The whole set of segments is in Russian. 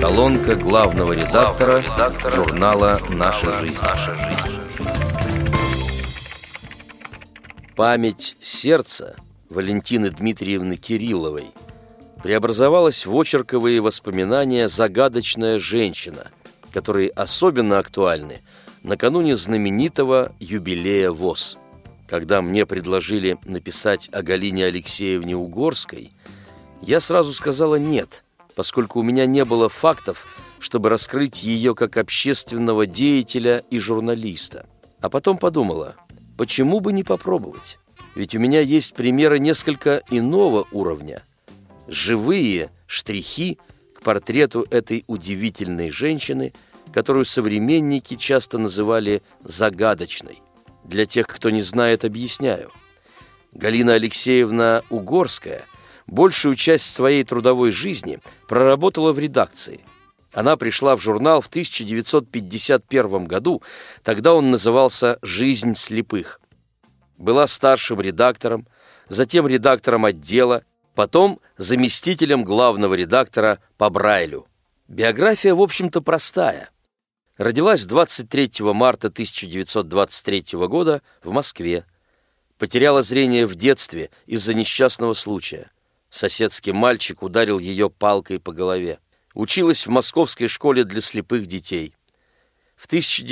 Колонка главного редактора журнала «Наша жизнь». Память сердца Валентины Дмитриевны Кирилловой преобразовалась в очерковые воспоминания «Загадочная женщина», которые особенно актуальны накануне знаменитого юбилея ВОС. Когда мне предложили написать о Галине Алексеевне Угорской, я сразу сказала «нет», поскольку у меня не было фактов, чтобы раскрыть ее как общественного деятеля и журналиста. А потом подумала, почему бы не попробовать? Ведь у меня есть примеры несколько иного уровня. Живые штрихи к портрету этой удивительной женщины, которую современники часто называли загадочной. Для тех, кто не знает, объясняю. Галина Алексеевна Угорская большую часть своей трудовой жизни проработала в редакции. Она пришла в журнал в 1951 году, тогда он назывался «Жизнь слепых». Была старшим редактором, затем редактором отдела, потом заместителем главного редактора по Брайлю. Биография, в общем-то, простая. Родилась 23 марта 1923 года в Москве. Потеряла зрение в детстве из-за несчастного случая. Соседский мальчик ударил ее палкой по голове. Училась в Московской школе для слепых детей. В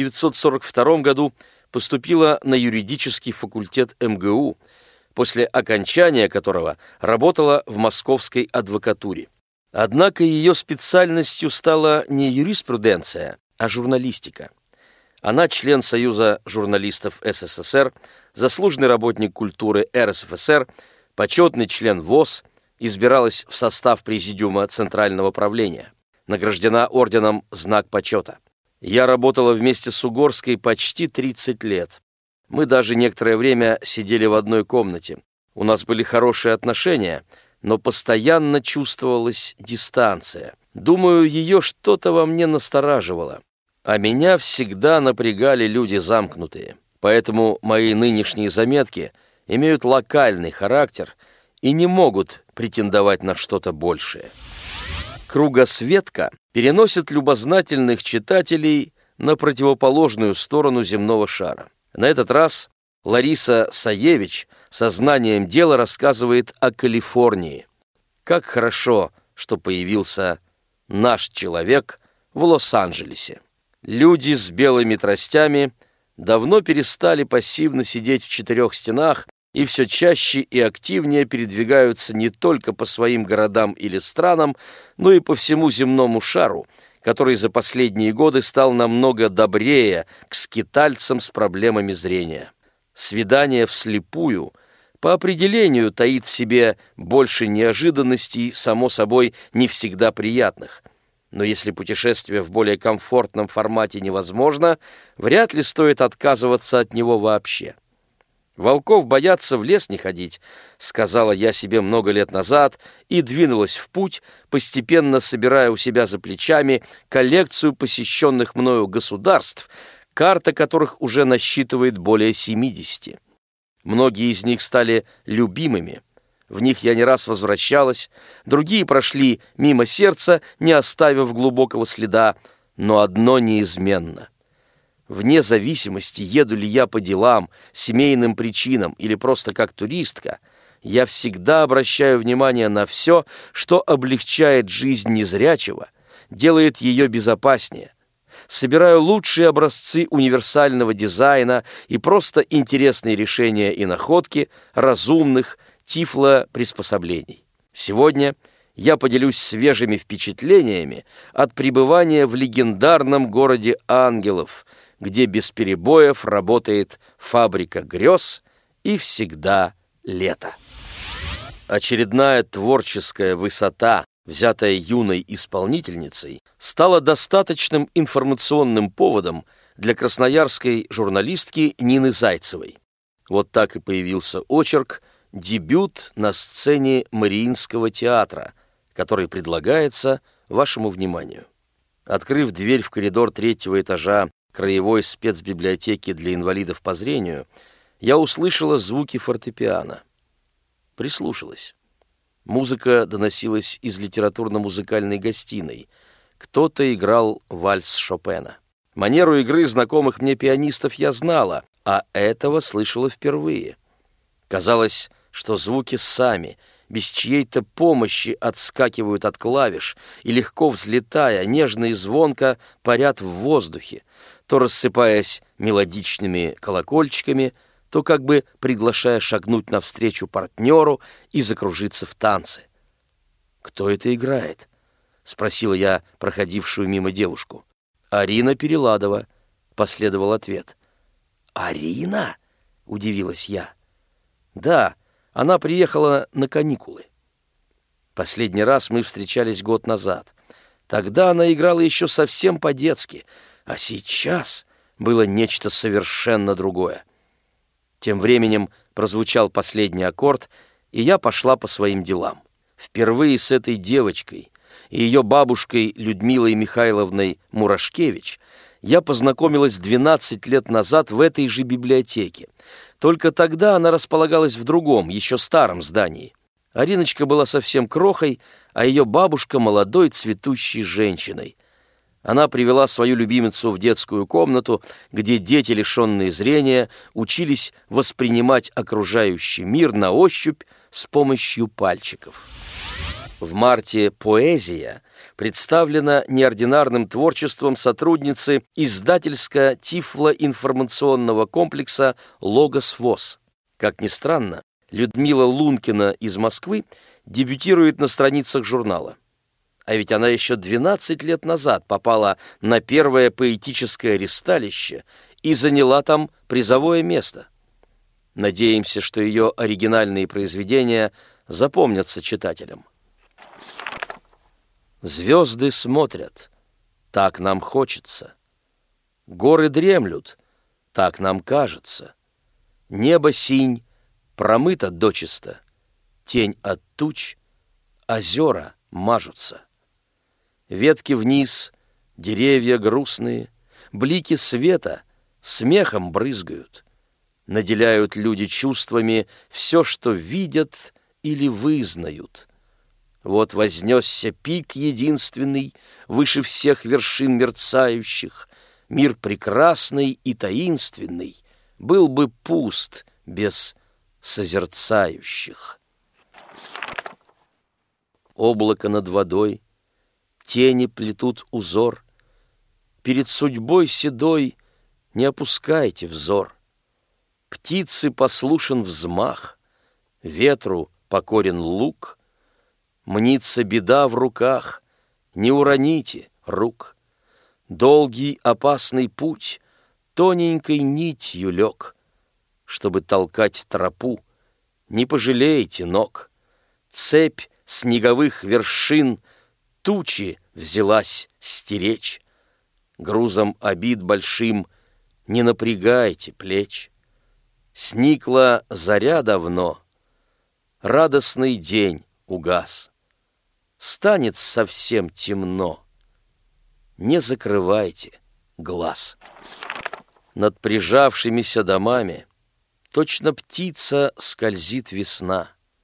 1942 году поступила на юридический факультет МГУ, после окончания которого работала в московской адвокатуре. Однако ее специальностью стала не юриспруденция, а журналистика. Она член Союза журналистов СССР, заслуженный работник культуры РСФСР, почетный член ВОС, избиралась в состав Президиума Центрального правления, награждена орденом «Знак почета». Я работала вместе с Угорской почти 30 лет. Мы даже некоторое время сидели в одной комнате. У нас были хорошие отношения, но постоянно чувствовалась дистанция. Думаю, ее что-то во мне настораживало. А меня всегда напрягали люди замкнутые. Поэтому мои нынешние заметки имеют локальный характер и не могут претендовать на что-то большее. Кругосветка переносит любознательных читателей на противоположную сторону земного шара. На этот раз Лариса Саевич сознанием дела рассказывает о Калифорнии. Как хорошо, что появился наш человек в Лос-Анджелесе. Люди с белыми тростями давно перестали пассивно сидеть в четырех стенах и все чаще и активнее передвигаются не только по своим городам или странам, но и по всему земному шару, который за последние годы стал намного добрее к скитальцам с проблемами зрения. Свидание вслепую по определению таит в себе больше неожиданностей, само собой, не всегда приятных. Но если путешествие в более комфортном формате невозможно, вряд ли стоит отказываться от него вообще. «Волков боятся в лес не ходить», — сказала я себе много лет назад и двинулась в путь, постепенно собирая у себя за плечами коллекцию посещенных мною государств, карта которых уже насчитывает более 70. Многие из них стали любимыми. В них я не раз возвращалась, другие прошли мимо сердца, не оставив глубокого следа, но одно неизменно. Вне зависимости, еду ли я по делам, семейным причинам или просто как туристка, я всегда обращаю внимание на все, что облегчает жизнь незрячего, делает ее безопаснее. Собираю лучшие образцы универсального дизайна и просто интересные решения и находки разумных тифлоприспособлений. Сегодня я поделюсь свежими впечатлениями от пребывания в легендарном городе ангелов, где без перебоев работает фабрика грез и всегда лето. Очередная творческая высота, взятая юной исполнительницей, стала достаточным информационным поводом для красноярской журналистки Нины Зайцевой. Вот так и появился очерк «Дебют на сцене Мариинского театра», который предлагается вашему вниманию. Открыв дверь в коридор 3-го этажа краевой спецбиблиотеки для инвалидов по зрению, я услышала звуки фортепиано. Прислушалась. Музыка доносилась из литературно-музыкальной гостиной, кто-то играл вальс Шопена. Манеру игры знакомых мне пианистов я знала, а этого слышала впервые. Казалось, что звуки сами, без чьей-то помощи, отскакивают от клавиш и, легко взлетая, нежно и звонко парят в воздухе, то рассыпаясь мелодичными колокольчиками, то как бы приглашая шагнуть навстречу партнеру и закружиться в танце. «Кто это играет?» — спросила я проходившую мимо девушку. «Арина Переладова», — последовал ответ. «Арина?» — удивилась я. «Да, она приехала на каникулы. Последний раз мы встречались год назад. Тогда она играла еще совсем по-детски, а сейчас было нечто совершенно другое». Тем временем прозвучал последний аккорд, и я пошла по своим делам. Впервые с этой девочкой и ее бабушкой Людмилой Михайловной Мурашкевич я познакомилась 12 лет назад в этой же библиотеке. Только тогда она располагалась в другом, еще старом здании. Ариночка была совсем крохой, а ее бабушка молодой цветущей женщиной. Она привела свою любимицу в детскую комнату, где дети, лишенные зрения, учились воспринимать окружающий мир на ощупь с помощью пальчиков. В марте «Поэзия» представлена неординарным творчеством сотрудницы издательско-тифлоинформационного комплекса «Логос ВОС». Как ни странно, Людмила Лункина из Москвы дебютирует на страницах журнала. А ведь она еще 12 лет назад попала на первое поэтическое ристалище и заняла там призовое место. Надеемся, что ее оригинальные произведения запомнятся читателям. Звезды смотрят, так нам хочется. Горы дремлют, так нам кажется. Небо синь, промыто дочисто. Тень от туч, озера мажутся. Ветки вниз, деревья грустные, блики света смехом брызгают. Наделяют люди чувствами все, что видят или вызнают. Вот вознесся пик единственный, выше всех вершин мерцающих. Мир прекрасный и таинственный был бы пуст без созерцающих. Облако над водой, тени плетут узор. Перед судьбой седой не опускайте взор. Птицы послушен взмах, ветру покорен лук. Мнится беда в руках, не уроните рук. Долгий опасный путь тоненькой нитью лег. Чтобы толкать тропу, не пожалеете ног. Цепь снеговых вершин тучи взялась стеречь. Грузом обид большим не напрягайте плеч. Сникла заря давно, радостный день угас. Станет совсем темно, не закрывайте глаз. Над прижавшимися домами точно птица скользит весна.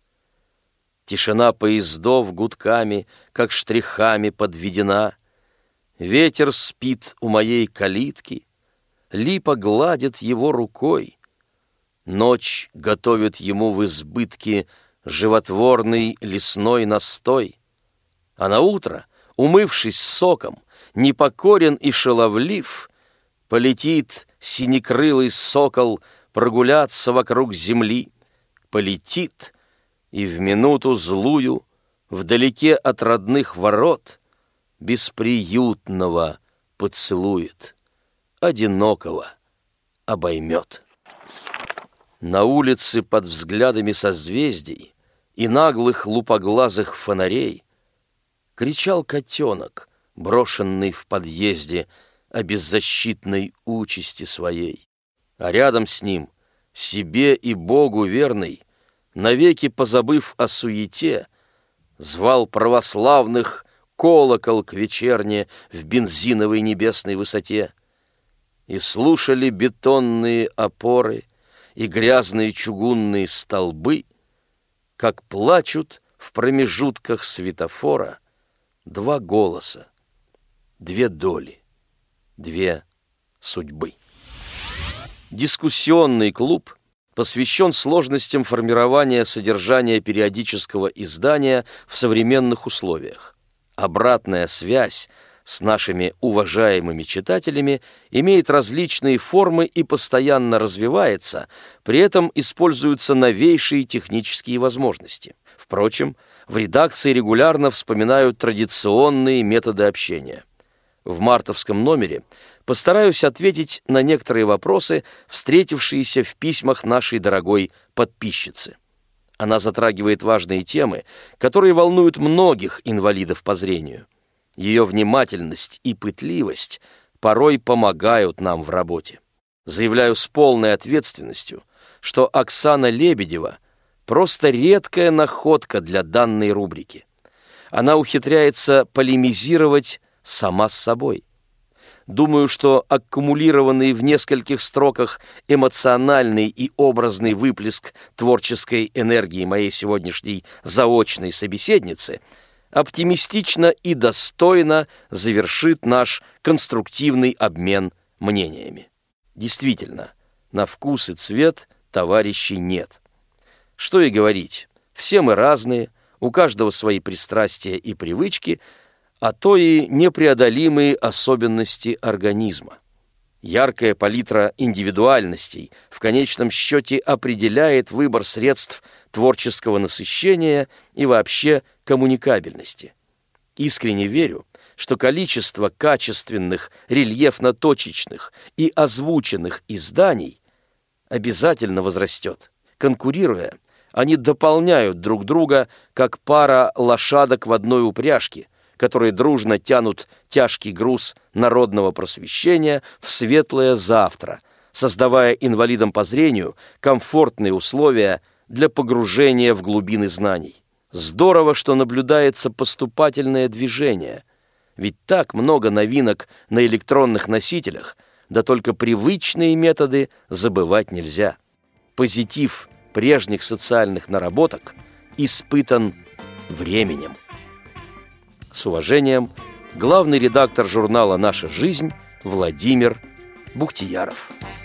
Тишина поездов гудками, как штрихами подведена. Ветер спит у моей калитки, липа гладит его рукой. Ночь готовит ему в избытке животворный лесной настой. А наутро, умывшись соком, непокорен и шаловлив, полетит синекрылый сокол прогуляться вокруг земли, полетит и в минуту злую, вдалеке от родных ворот, бесприютного поцелует, одинокого обоймет. На улице под взглядами созвездий и наглых лупоглазых фонарей кричал котенок, брошенный в подъезде о беззащитной участи своей. А рядом с ним, себе и Богу верный, навеки позабыв о суете, звал православных колокол к вечерне в бензиновой небесной высоте. И слушали бетонные опоры и грязные чугунные столбы, как плачут в промежутках светофора два голоса, две доли, две судьбы. Дискуссионный клуб посвящен сложностям формирования содержания периодического издания в современных условиях. Обратная связь с нашими уважаемыми читателями имеет различные формы и постоянно развивается, при этом используются новейшие технические возможности. Впрочем, в редакции регулярно вспоминают традиционные методы общения. В мартовском номере постараюсь ответить на некоторые вопросы, встретившиеся в письмах нашей дорогой подписчицы. Она затрагивает важные темы, которые волнуют многих инвалидов по зрению. Ее внимательность и пытливость порой помогают нам в работе. Заявляю с полной ответственностью, что Оксана Лебедева просто редкая находка для данной рубрики. Она ухитряется полемизировать сама с собой. Думаю, что аккумулированный в нескольких строках эмоциональный и образный выплеск творческой энергии моей сегодняшней заочной собеседницы оптимистично и достойно завершит наш конструктивный обмен мнениями. Действительно, на вкус и цвет товарищей нет. Что и говорить, все мы разные, у каждого свои пристрастия и привычки, а то и непреодолимые особенности организма. Яркая палитра индивидуальностей в конечном счете определяет выбор средств творческого насыщения и вообще коммуникабельности. Искренне верю, что количество качественных, рельефно-точечных и озвученных изданий обязательно возрастет. Конкурируя, они дополняют друг друга, как пара лошадок в одной упряжке, которые дружно тянут тяжкий груз народного просвещения в светлое завтра, создавая инвалидам по зрению комфортные условия для погружения в глубины знаний. Здорово, что наблюдается поступательное движение, ведь так много новинок на электронных носителях, да только привычные методы забывать нельзя. Позитив прежних социальных наработок испытан временем. С уважением, главный редактор журнала «Наша жизнь» Владимир Бухтияров.